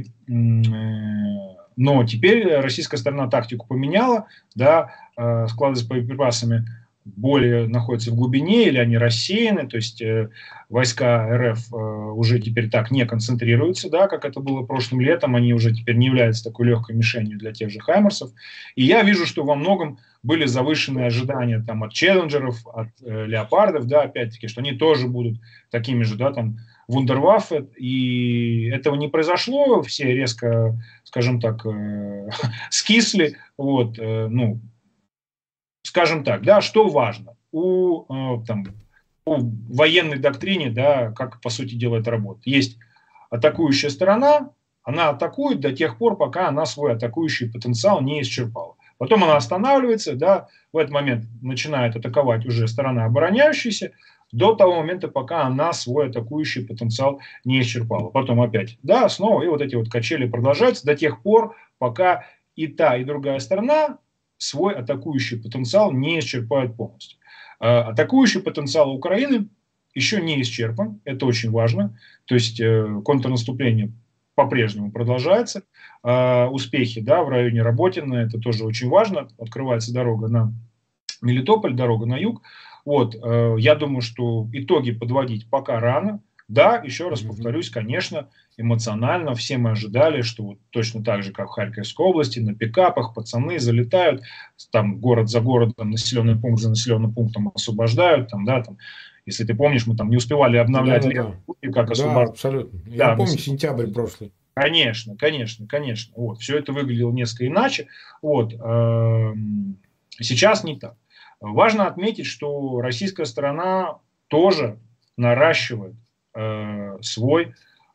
Но теперь российская сторона тактику поменяла, да, склады с боеприпасами более находятся в глубине или они рассеяны, то есть войска РФ уже теперь так не концентрируются, да, как это было прошлым летом, они уже теперь не являются такой легкой мишенью для тех же «Хаймерсов». И я вижу, что во многом были завышенные ожидания там, от «Челленджеров», от «Леопардов», да, опять-таки, что они тоже будут такими же, да, там, вундерваффе, и этого не произошло, все резко, скажем так, скисли, вот, ну, скажем так, да, что важно у военной доктрине, да, как по сути дела это работает. Есть атакующая сторона, она атакует до тех пор, пока она свой атакующий потенциал не исчерпала. Потом она останавливается, да, в этот момент начинает атаковать уже сторона обороняющаяся, до того момента, пока она свой атакующий потенциал не исчерпала. Потом опять, да, снова, и вот эти вот качели продолжаются до тех пор, пока и та, и другая сторона свой атакующий потенциал не исчерпают полностью. Атакующий потенциал Украины еще не исчерпан, это очень важно. То есть контрнаступление по-прежнему продолжается. Успехи, да, в районе Работино, это тоже очень важно. Открывается дорога на Мелитополь, дорога на юг. Вот, я думаю, что итоги подводить пока рано. Да, еще раз повторюсь, конечно, эмоционально все мы ожидали, что вот точно так же, как в Харьковской области, на пикапах пацаны залетают, там город за городом, населенный пункт за населенным пунктом освобождают, там, да, там, если ты помнишь, мы там не успевали обновлять ленту, как освобождать. Да, абсолютно. Да, я помню сентябрь прошлый. Конечно. Вот, все это выглядело несколько иначе. Вот, сейчас не так. Важно отметить, что российская сторона тоже наращивает свой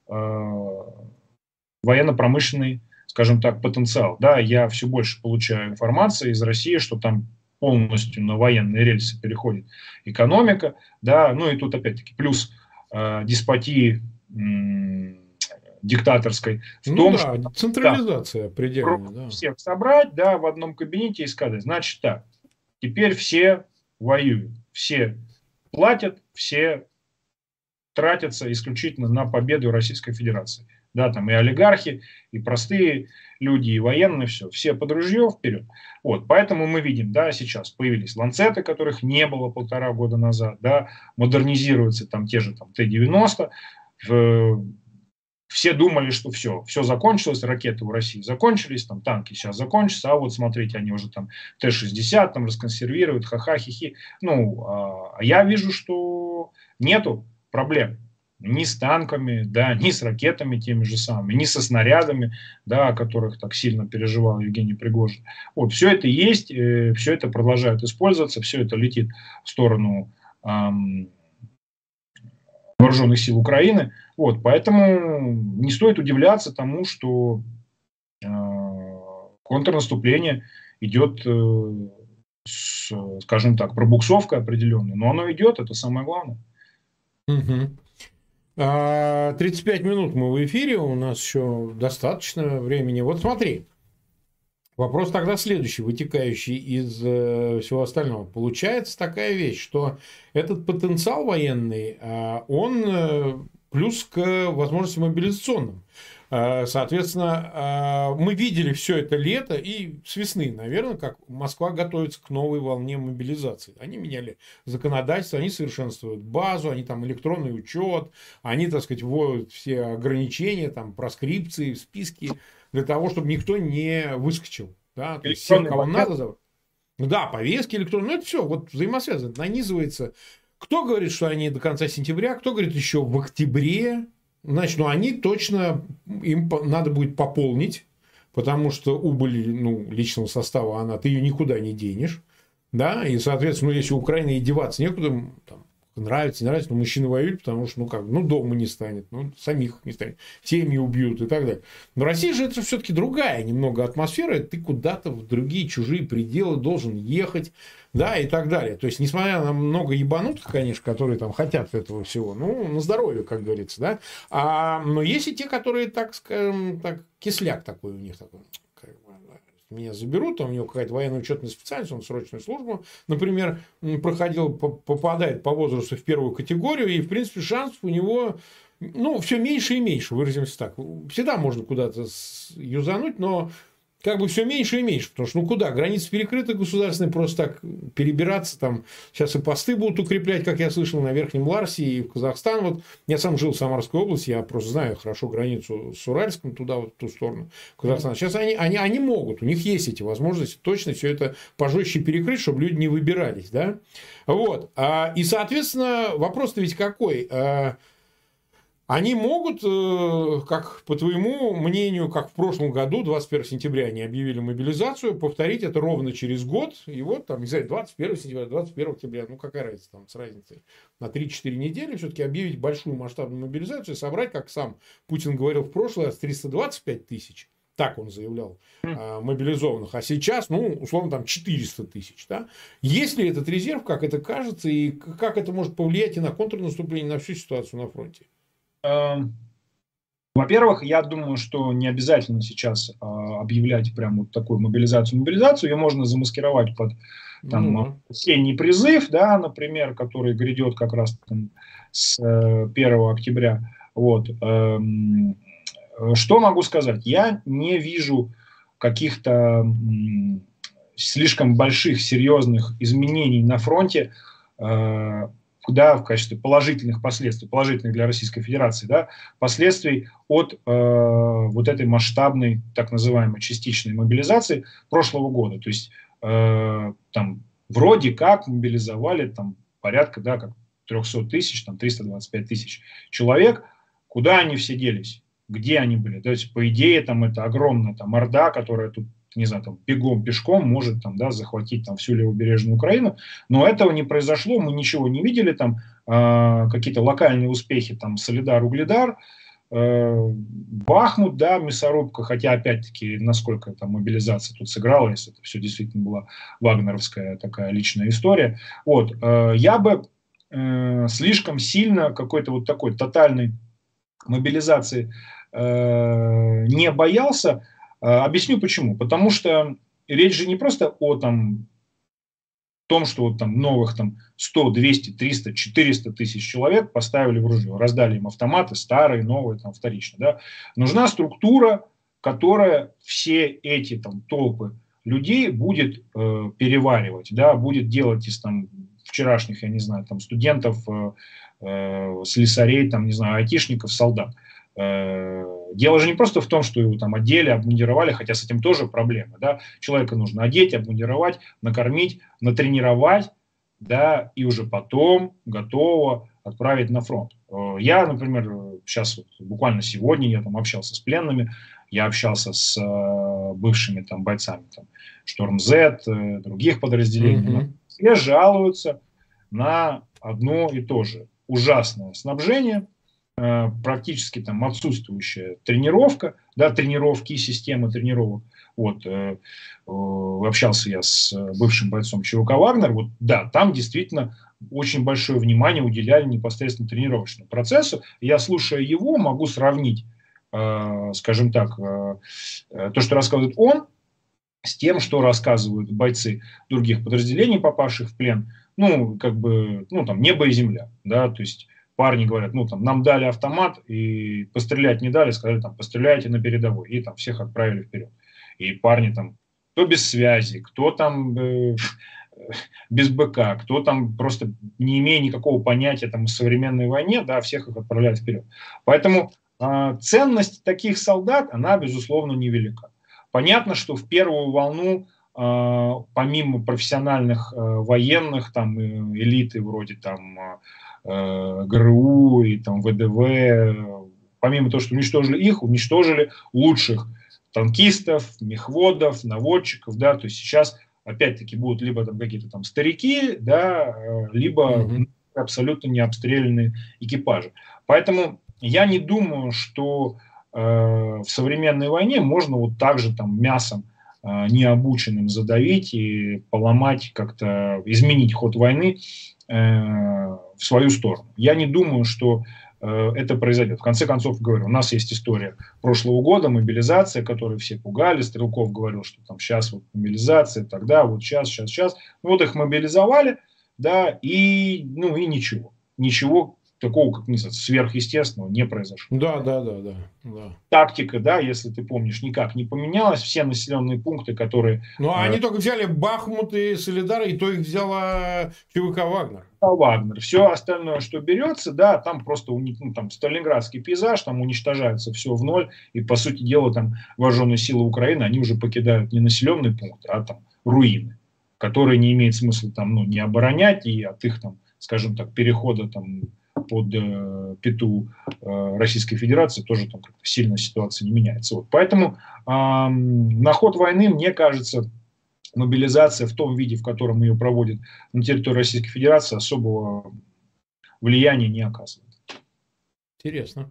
военно-промышленный, скажем так, потенциал. Да, я все больше получаю информации из России, что там полностью на военные рельсы переходит экономика. Да, ну и тут опять-таки плюс деспотии диктаторской в том, да, что централизация предельная, да. Всех собрать, да, в одном кабинете и сказать, значит так, теперь все воюют, все платят, все тратятся исключительно на победу Российской Федерации. Да, там и олигархи, и простые люди, и военные, все под ружье вперед. Вот, поэтому мы видим, да, сейчас появились ланцеты, которых не было 1,5 года назад, да, модернизируются там те же там Т-90. Все думали, что все закончилось, ракеты у России закончились, там танки сейчас закончатся, а вот смотрите, они уже там Т-60 там расконсервируют, ха-ха, хи-хи. Ну, я вижу, что нету проблем ни с танками, да, ни с ракетами теми же самыми, ни со снарядами, да, о которых так сильно переживал Евгений Пригожин. Вот, все это есть, все это продолжает использоваться, все это летит в сторону вооруженных сил Украины. Вот, поэтому не стоит удивляться тому, что контрнаступление идет, скажем так, пробуксовка определенная, но оно идет, это самое главное. 35 минут мы в эфире, у нас еще достаточно времени. Вот смотри, вопрос тогда следующий, вытекающий из всего остального. Получается такая вещь, что этот потенциал военный, он плюс к возможностям мобилизационным. Соответственно, мы видели все это лето и с весны, наверное, как Москва готовится к новой волне мобилизации. Они меняли законодательство, они совершенствуют базу, они там электронный учет, они, так сказать, вводят все ограничения, там, проскрипции, списки, для того, чтобы никто не выскочил. Да? То есть всех, кого надо. Да, повестки электронные, ну это все вот взаимосвязано, нанизывается. Кто говорит, что они до конца сентября, кто говорит еще в октябре. Значит, ну они точно, им надо будет пополнить, потому что убыль личного состава, ты ее никуда не денешь. Да, и, соответственно, если Украина и деваться некуда, там, нравится, не нравится, но мужчины воюют, потому что, дома не станет, самих не станет, семьи убьют и так далее. Но Россия же это все-таки другая немного атмосфера, ты куда-то в другие чужие пределы должен ехать, да, и так далее. То есть, несмотря на много ебанутых, конечно, которые там хотят этого всего, на здоровье, как говорится, да, но есть и те, которые, так скажем, так, кисляк такой у них такой. Меня заберут, у него какая-то военная учетная специальность, он срочную службу, например, проходил, попадает по возрасту в первую категорию, и, в принципе, шансов у него, все меньше и меньше, выразимся так. Всегда можно куда-то юзануть, но как бы все меньше и меньше, потому что, куда, границы перекрыты государственные, просто так перебираться, там, сейчас и посты будут укреплять, как я слышал, на Верхнем Ларсе и в Казахстан, вот, я сам жил в Самарской области, я просто знаю хорошо границу с Уральском, туда, вот, в ту сторону, Казахстан, сейчас они могут, у них есть эти возможности, точно все это пожестче перекрыть, чтобы люди не выбирались, да, вот, и, соответственно, вопрос-то ведь какой, они могут, как по твоему мнению, как в прошлом году, 21 сентября они объявили мобилизацию, повторить это ровно через год, и вот там, не знаю, 21 сентября, 21 октября, какая разница там с разницей, на 3-4 недели все-таки объявить большую масштабную мобилизацию, собрать, как сам Путин говорил в прошлый раз, 325 тысяч, так он заявлял, мобилизованных, а сейчас, условно, там 400 тысяч, да? Есть ли этот резерв, как это кажется, и как это может повлиять и на контрнаступление, на всю ситуацию на фронте? Во-первых, я думаю, что не обязательно сейчас объявлять прям вот такую мобилизацию. Ее можно замаскировать под осенний призыв, да, например, который грядет как раз там с 1 октября. Вот. Что могу сказать? Я не вижу каких-то слишком больших, серьезных изменений на фронте, в качестве положительных последствий, положительных для Российской Федерации, да, последствий от вот этой масштабной, так называемой, частичной мобилизации прошлого года. То есть там вроде как мобилизовали там порядка, да, как 300 тысяч, там 325 тысяч человек. Куда они все делись? Где они были? То есть, по идее, там это огромная там орда, которая тут, не знаю, там, бегом, пешком может там, да, захватить там всю левобережную Украину, но этого не произошло, мы ничего не видели, там какие-то локальные успехи, там, Солидар, Угледар, Бахмут, да, мясорубка, хотя, опять-таки, насколько там мобилизация тут сыграла, если это все действительно была вагнеровская такая личная история, вот, я бы слишком сильно какой-то вот такой тотальной мобилизации не боялся. Объясню почему. Потому что речь же не просто о там том, что вот там новых там 100, 200, 300, 400 тысяч человек поставили в ружье, раздали им автоматы, старые, новые, там, вторично. Да? Нужна структура, которая все эти там толпы людей будет переваривать, да, будет делать из там вчерашних, я не знаю, там студентов, слесарей, там, не знаю, айтишников, солдат. Дело же не просто в том, что его там одели, обмундировали, хотя с этим тоже проблема. Да? Человека нужно одеть, обмундировать, накормить, натренировать, да, и уже потом готово отправить на фронт. Я, например, сейчас вот, буквально сегодня я там общался с пленными, я общался с бывшими там бойцами там, Шторм Z, других подразделений. Мгм. Все жалуются на одно и то же. Ужасное снабжение, практически там отсутствующая тренировка, да, тренировки, системы тренировок. Вот, общался я с бывшим бойцом ЧВК «Вагнер», вот, да, там действительно очень большое внимание уделяли непосредственно тренировочному процессу. Я, слушая его, могу сравнить, скажем так, то, что рассказывает он, с тем, что рассказывают бойцы других подразделений, попавших в плен, ну, как бы, ну, там, небо и земля, да, то есть парни говорят, ну, там, нам дали автомат и пострелять не дали, сказали, там, постреляйте на передовой, и там всех отправили вперед. И парни там, кто без связи, кто там без БК, кто там просто не имея никакого понятия там, о современной войне, да, всех их отправляют вперед. Поэтому ценность таких солдат, она, безусловно, невелика. Понятно, что в первую волну, помимо профессиональных военных, там, элиты вроде там, ГРУ и там, ВДВ, помимо того, что уничтожили их, уничтожили лучших танкистов, мехводов, наводчиков, да, то есть сейчас опять-таки будут либо там какие-то там старики, да, либо Мгм. абсолютно необстрелянные экипажи. Поэтому я не думаю, что в современной войне можно вот так же там мясом необученным задавить и поломать, как-то изменить ход войны в свою сторону. Я не думаю, что это произойдет. В конце концов, говорю, у нас есть история прошлого года, мобилизация, которой все пугали. Стрелков говорил, что там сейчас вот мобилизация, тогда вот сейчас. Ну, вот их мобилизовали, да, и, ну, и ничего. Ничего такого, как, не знаю, сверхъестественного не произошло. Да, да, да, да, да. Тактика, да, если ты помнишь, никак не поменялась. Все населенные пункты, которые Ну, а они только взяли Бахмут и Солидар, и то их взяла ЧВК «Вагнер». Вагнер. Все остальное, что берется, да, там просто ну, там, сталинградский пейзаж, там уничтожается все в ноль, и, по сути дела, там вооруженные силы Украины, они уже покидают не населенный пункт, а там руины, которые не имеет смысла там, ну, не оборонять, и от их, там, скажем так, перехода там под пету Российской Федерации тоже там как-то сильно ситуация не меняется. Вот. Поэтому на ход войны, мне кажется, мобилизация в том виде, в котором ее проводят на территории Российской Федерации, особого влияния не оказывает. Интересно.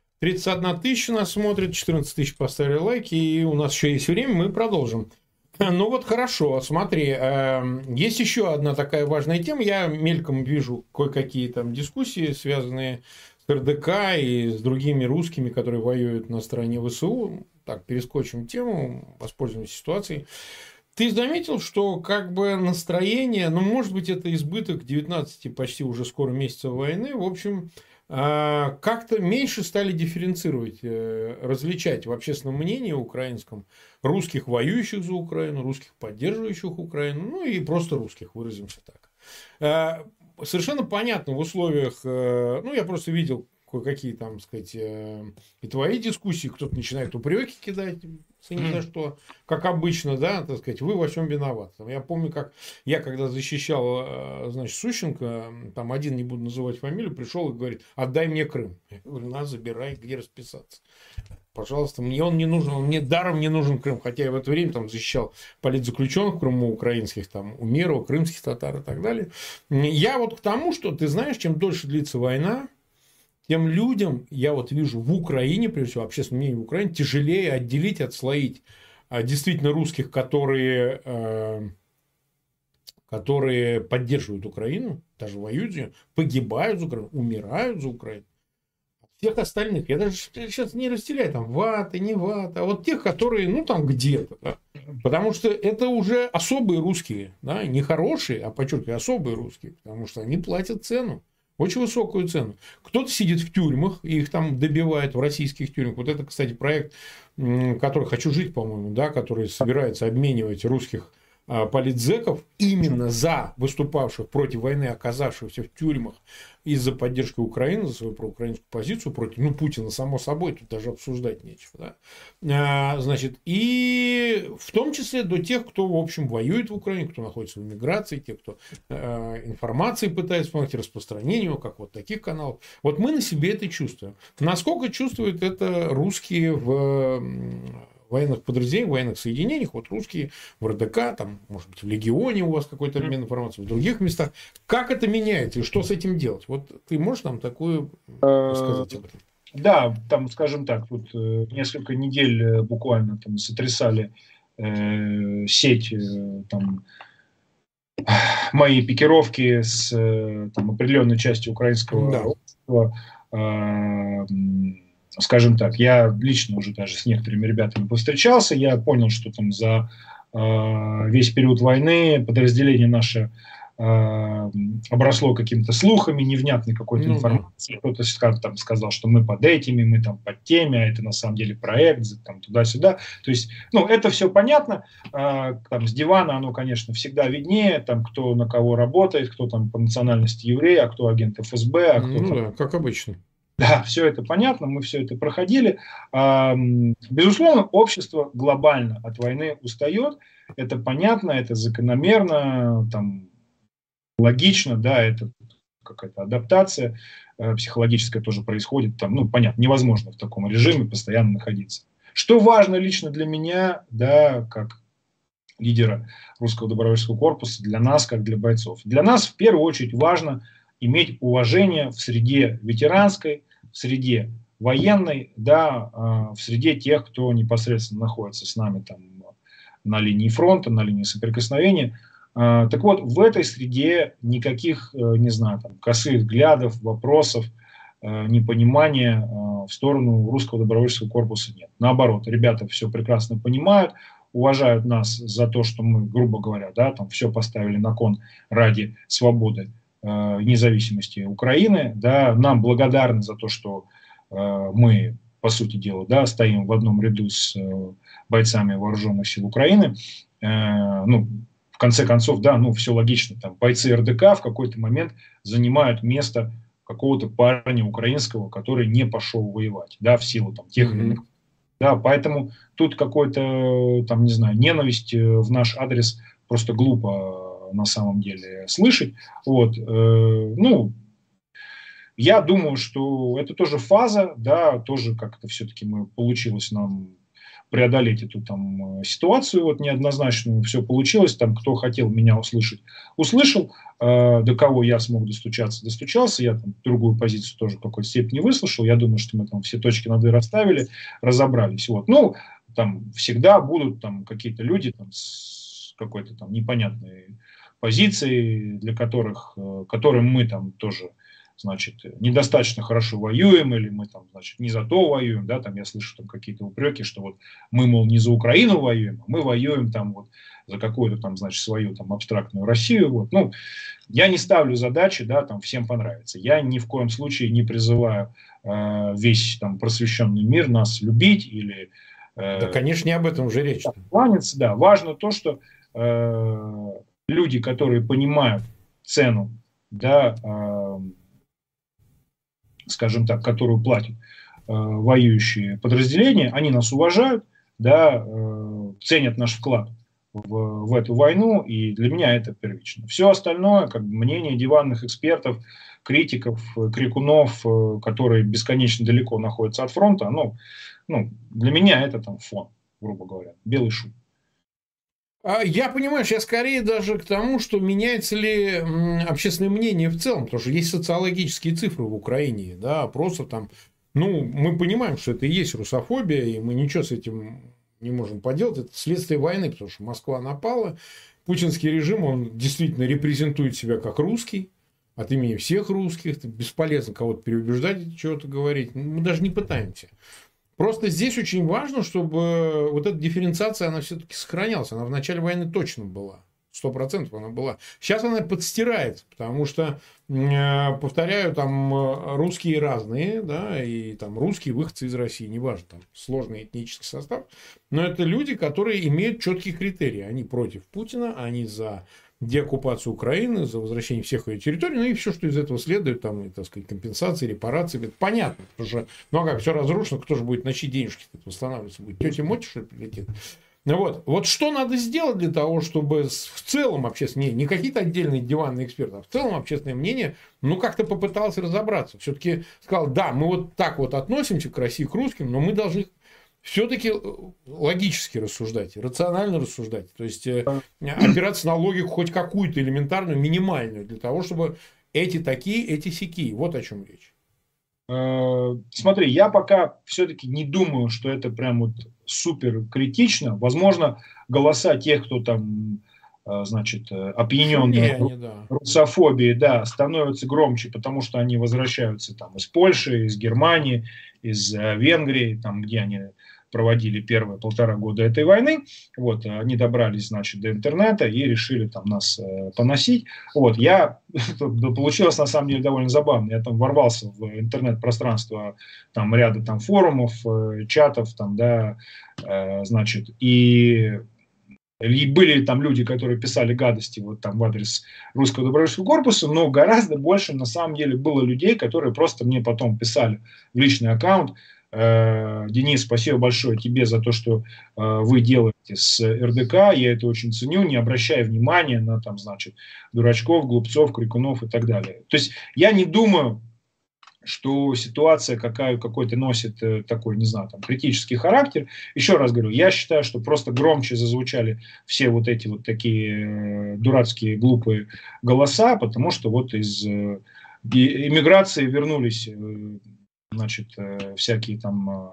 31 тысяча нас смотрит, 14 тысяч поставили лайки, и у нас еще есть время, мы продолжим. Ну вот хорошо, смотри, есть еще одна такая важная тема, я мельком вижу кое-какие там дискуссии, связанные с РДК и с другими русскими, которые воюют на стороне ВСУ. Так, перескочим тему, воспользуемся ситуацией. Ты заметил, что как бы настроение, ну, может быть, это избыток 19 почти уже скоро месяцев войны, в общем, как-то меньше стали дифференцировать, различать в общественном мнении украинском русских, воюющих за Украину, русских, поддерживающих Украину, ну и просто русских, выразимся так. Совершенно понятно в условиях, ну, я просто видел кое-какие там, сказать, и твои дискуссии, кто-то начинает упреки кидать, ни за что, как обычно, да, так сказать, вы во всем виноваты. Я помню, как я когда защищал, значит, Сущенко, там один, не буду называть фамилию, пришел и говорит, отдай мне Крым. Я говорю, на, забирай, где расписаться. Пожалуйста, мне он не нужен, мне даром не нужен Крым, хотя я в это время там защищал политзаключенных в Крыму, украинских, там, Умерова, крымских татар и так далее. Я вот к тому, что, ты знаешь, чем дольше длится война, тем людям, я вот вижу в Украине, прежде всего, общественное мнение в Украине, тяжелее отделить, отслоить действительно русских, которые поддерживают Украину, даже воюют за нее, погибают за Украину, умирают за Украину, от всех остальных. Я даже сейчас не разделяю, там, ваты, не ваты, а вот тех, которые, ну, там, где-то, да? Потому что это уже особые русские, да, не хорошие, а, подчеркиваю, особые русские, потому что они платят цену, очень высокую цену. Кто-то сидит в тюрьмах, и их там добивают в российских тюрьмах. Вот это, кстати, проект, который «Хочу жить», по-моему, да, который собирается обменивать русских политзеков именно за выступавших против войны, оказавшихся в тюрьмах из-за поддержки Украины, за свою проукраинскую позицию против, ну, Путина, само собой, тут даже обсуждать нечего. Да? Значит, и в том числе до тех, кто, в общем, воюет в Украине, кто находится в эмиграции, те, кто информацией пытается помогать, распространению, как вот таких каналов. Вот мы на себе это чувствуем. Насколько чувствуют это русские в военных подразделениях, военных соединениях, вот русские в РДК, там, может быть, в Легионе у вас какой-то обмен информацией, в других местах. Как это меняется и что с этим делать? Вот ты можешь нам такую сказать об этом? Да, там, скажем так, тут несколько недель буквально там сотрясали сеть там мои пикировки с там, определенной частью украинского общества. Скажем так, я лично уже даже с некоторыми ребятами повстречался, я понял, что там за весь период войны подразделение наше обросло какими-то слухами, невнятной какой-то информацией. Кто-то там сказал, что мы под этими, мы там под теми, а это на самом деле проект, там туда-сюда. То есть, ну, это все понятно. Там с дивана оно, конечно, всегда виднее, там кто на кого работает, кто там по национальности еврей, а кто агент ФСБ, а кто да, как обычно. Да, все это понятно, мы все это проходили. Безусловно, общество глобально от войны устает. Это понятно, это закономерно, там, логично, да, это какая-то адаптация психологическая тоже происходит. Там, ну, понятно, невозможно в таком режиме постоянно находиться. Что важно лично для меня, да, как лидера Русского добровольческого корпуса, для нас, как для бойцов. Для нас в первую очередь важно иметь уважение в среде ветеранской, в среде военной, да, в среде тех, кто непосредственно находится с нами там на линии фронта, на линии соприкосновения. Так вот, в этой среде никаких, не знаю, там, косых взглядов, вопросов, непонимания в сторону Русского добровольческого корпуса нет. Наоборот, ребята все прекрасно понимают, уважают нас за то, что мы, грубо говоря, да, там все поставили на кон ради свободы, независимости Украины, да, нам благодарны за то, что мы, по сути дела, да, стоим в одном ряду с бойцами вооруженных сил Украины. Ну, в конце концов, да, ну, все логично, там, бойцы РДК в какой-то момент занимают место какого-то парня украинского, который не пошел воевать, да, в силу там тех или иных. Да, поэтому тут какой-то, там, не знаю, ненависть в наш адрес просто глупо на самом деле слышать. Вот. Ну, я думаю, что это тоже фаза, да, тоже как-то все-таки получилось нам преодолеть эту там ситуацию вот неоднозначную, все получилось, там кто хотел меня услышать, услышал, до кого я смог достучался, я там другую позицию тоже в какой-то степени выслушал, я думаю, что мы там все точки над «и» расставили, разобрались, вот, ну, там всегда будут там какие-то люди там с какой-то там непонятной позицией, для которых, которым мы там тоже, значит, недостаточно хорошо воюем, или мы там, значит, не за то воюем, да, там я слышу там какие-то упреки, что вот мы, мол, не за Украину воюем, а мы воюем там вот за какую-то там, значит, свою там абстрактную Россию, вот, ну, я не ставлю задачи, да, там всем понравится, я ни в коем случае не призываю весь там просвещенный мир нас любить или... Да, конечно, не об этом уже речь. Кланяться, да, важно то, что люди, которые понимают цену, да, скажем так, которую платят воюющие подразделения, они нас уважают, да, ценят наш вклад в эту войну, и для меня это первично. Все остальное, как бы мнение диванных экспертов, критиков, крикунов, которые бесконечно далеко находятся от фронта, ну, для меня это там фон, грубо говоря, белый шум. Я, понимаешь, я скорее даже к тому, что меняется ли общественное мнение в целом, потому что есть социологические цифры в Украине, да, опросов там, ну, мы понимаем, что это и есть русофобия, и мы ничего с этим не можем поделать, это следствие войны, потому что Москва напала, путинский режим, он действительно репрезентует себя как русский, от имени всех русских, бесполезно кого-то переубеждать, чего-то говорить, мы даже не пытаемся. Просто здесь очень важно, чтобы вот эта дифференциация, она все-таки сохранялась. Она в начале войны точно была. 100% она была. Сейчас она подстирается, потому что, повторяю, там русские разные, да, и там русские выходцы из России, неважно, там сложный этнический состав, но это люди, которые имеют четкие критерии. Они против Путина, они за деоккупацию Украины, за возвращение всех ее территорий, ну и все, что из этого следует, там, и, так сказать, компенсации, репарации, это понятно, потому что, ну а как, все разрушено, кто же будет на чьи денежки восстанавливаться будет? Тетя Мотя, что ли, прилетит? Вот что надо сделать для того, чтобы в целом общественное мнение, не какие-то отдельные диванные эксперты, а в целом общественное мнение, ну, как-то попыталось разобраться. Все-таки сказал, да, мы вот так вот относимся к России, к русским, но мы должны все-таки логически рассуждать, рационально рассуждать. То есть, опираться на логику хоть какую-то элементарную, минимальную, для того, чтобы эти такие, эти сякие. Вот о чем речь. Смотри, я пока все-таки не думаю, что это прям вот супер критично. Возможно, голоса тех, кто там, значит, опьянен русофобией, да, становятся громче, потому что они возвращаются там из Польши, из Германии, из Венгрии, там, где они проводили первые 1,5 года этой войны. Вот, они добрались, значит, до интернета и решили там нас поносить. Вот, получилось на самом деле довольно забавно. Я там ворвался в интернет-пространство там ряда там форумов, чатов, там, да, значит, и были там люди, которые писали гадости вот там в адрес русского добровольческого корпуса, но гораздо больше на самом деле было людей, которые просто мне потом писали в личный аккаунт: Денис, спасибо большое тебе за то, что вы делаете с РДК, я это очень ценю, не обращая внимания на там, значит, дурачков, глупцов, крикунов и так далее. То есть я не думаю, что ситуация какой-то носит такой, не знаю, там, критический характер. Еще раз говорю, я считаю, что просто громче зазвучали все вот эти вот такие дурацкие, глупые голоса, потому что вот из иммиграции вернулись, значит, всякие там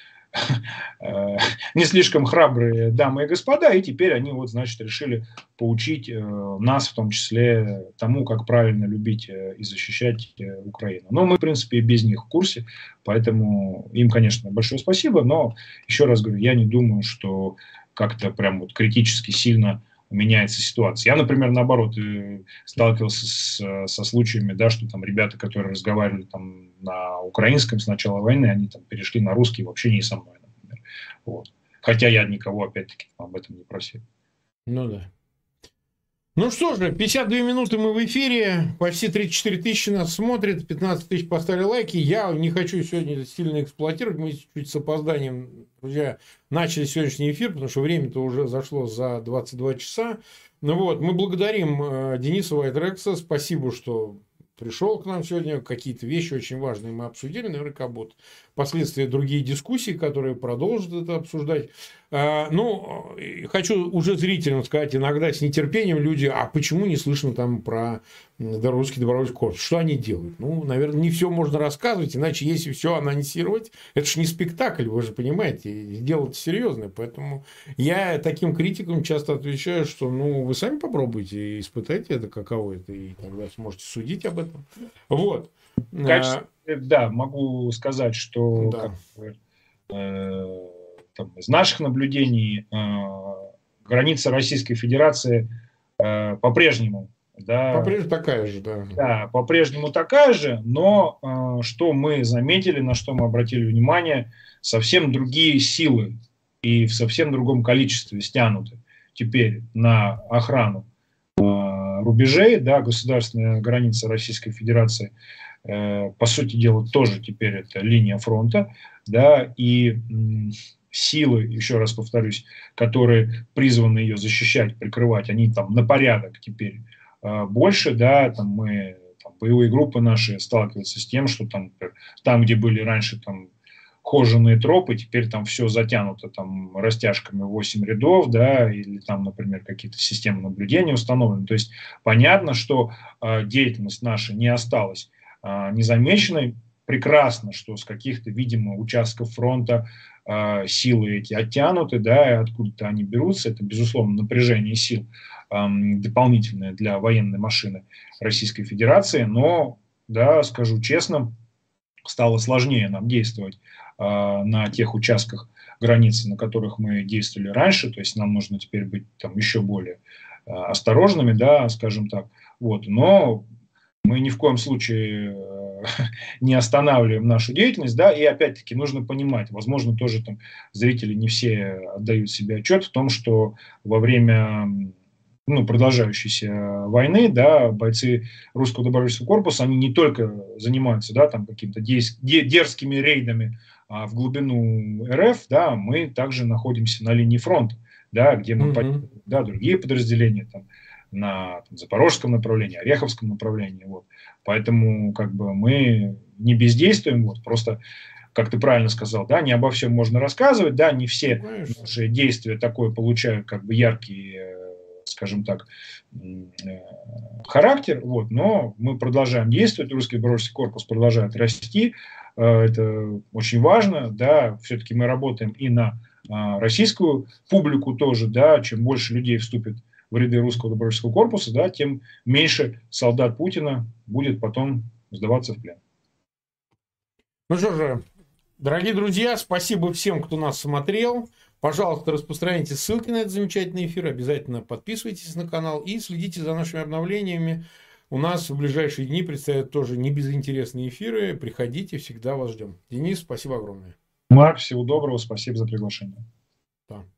не слишком храбрые дамы и господа, и теперь они вот, значит, решили поучить нас, в том числе, тому, как правильно любить и защищать Украину. Но мы, в принципе, и без них в курсе, поэтому им, конечно, большое спасибо, но, еще раз говорю, я не думаю, что как-то прям вот критически сильно меняется ситуация. Я, например, наоборот, сталкивался со случаями, да, что там ребята, которые разговаривали там на украинском с начала войны, они там перешли на русский вообще не со мной, например. Вот. Хотя я никого, опять-таки, об этом не просил. Ну да. Ну что же, 52 минуты мы в эфире, почти 34 тысячи нас смотрят, 15 тысяч поставили лайки. Я не хочу сегодня сильно эксплуатировать, мы чуть с опозданием, друзья, начали сегодняшний эфир, потому что время-то уже зашло за 22 часа. Ну вот, мы благодарим Дениса Вайтрекса, спасибо, что пришел к нам сегодня, какие-то вещи очень важные мы обсудили, наверняка будут последствия другие дискуссии, которые продолжат это обсуждать. Ну, хочу уже зрителям сказать, иногда с нетерпением люди, а почему не слышно там про русский добровольческий корпус? Что они делают? Ну, наверное, не все можно рассказывать, иначе если все анонсировать, это же не спектакль, вы же понимаете, дело серьезное. Поэтому я таким критикам часто отвечаю, что ну, вы сами попробуйте, испытайте это, каково это, и тогда сможете судить об этом. Вот. Да, могу сказать, что да. Там, из наших наблюдений граница Российской Федерации по-прежнему, да, по-прежнему такая же, да. Да, по-прежнему такая же, но что мы заметили, на что мы обратили внимание, совсем другие силы и в совсем другом количестве стянуты теперь на охрану рубежей, да, государственная граница Российской Федерации, по сути дела, тоже теперь это линия фронта, да, и силы, еще раз повторюсь, которые призваны ее защищать, прикрывать, они там на порядок теперь больше, да, там боевые группы наши сталкиваются с тем, что там, где были раньше там хоженые тропы, теперь там все затянуто там растяжками 8 рядов, да, или там, например, какие-то системы наблюдения установлены. То есть понятно, что деятельность наша не осталась незамеченной. Прекрасно, что с каких-то, видимо, участков фронта силы эти оттянуты, да, и откуда-то они берутся, это, безусловно, напряжение сил. дополнительное для военной машины Российской Федерации, но, да, скажу честно, стало сложнее нам действовать на тех участках границы, на которых мы действовали раньше, то есть нам нужно теперь быть там еще более осторожными, да, скажем так, вот, но мы ни в коем случае не останавливаем нашу деятельность, да, и опять-таки нужно понимать, возможно, тоже там зрители не все отдают себе отчет в том, что во время продолжающейся войны, да, бойцы русского добровольческого корпуса, они не только занимаются, да, там какими-то дерзкими рейдами в глубину РФ, да, мы также находимся на линии фронта, да, где мы, да, другие подразделения там, на Запорожском направлении, Ореховском направлении, вот. Поэтому как бы мы не бездействуем, вот, просто, как ты правильно сказал, да, не обо всем можно рассказывать, да, не все наши действия такое получают как бы яркий, скажем так, характер, вот, но мы продолжаем действовать, русский добровольческий корпус продолжает расти, это очень важно, да, все-таки мы работаем и на российскую публику тоже, да, чем больше людей вступит в ряды русского добровольческого корпуса, да, тем меньше солдат Путина будет потом сдаваться в плен. Ну что же, дорогие друзья, спасибо всем, кто нас смотрел. Пожалуйста, распространяйте ссылки на этот замечательный эфир. Обязательно подписывайтесь на канал и следите за нашими обновлениями. У нас в ближайшие дни предстоят тоже небезынтересные эфиры. Приходите, всегда вас ждем. Денис, спасибо огромное. Марк, всего доброго, спасибо за приглашение. Да.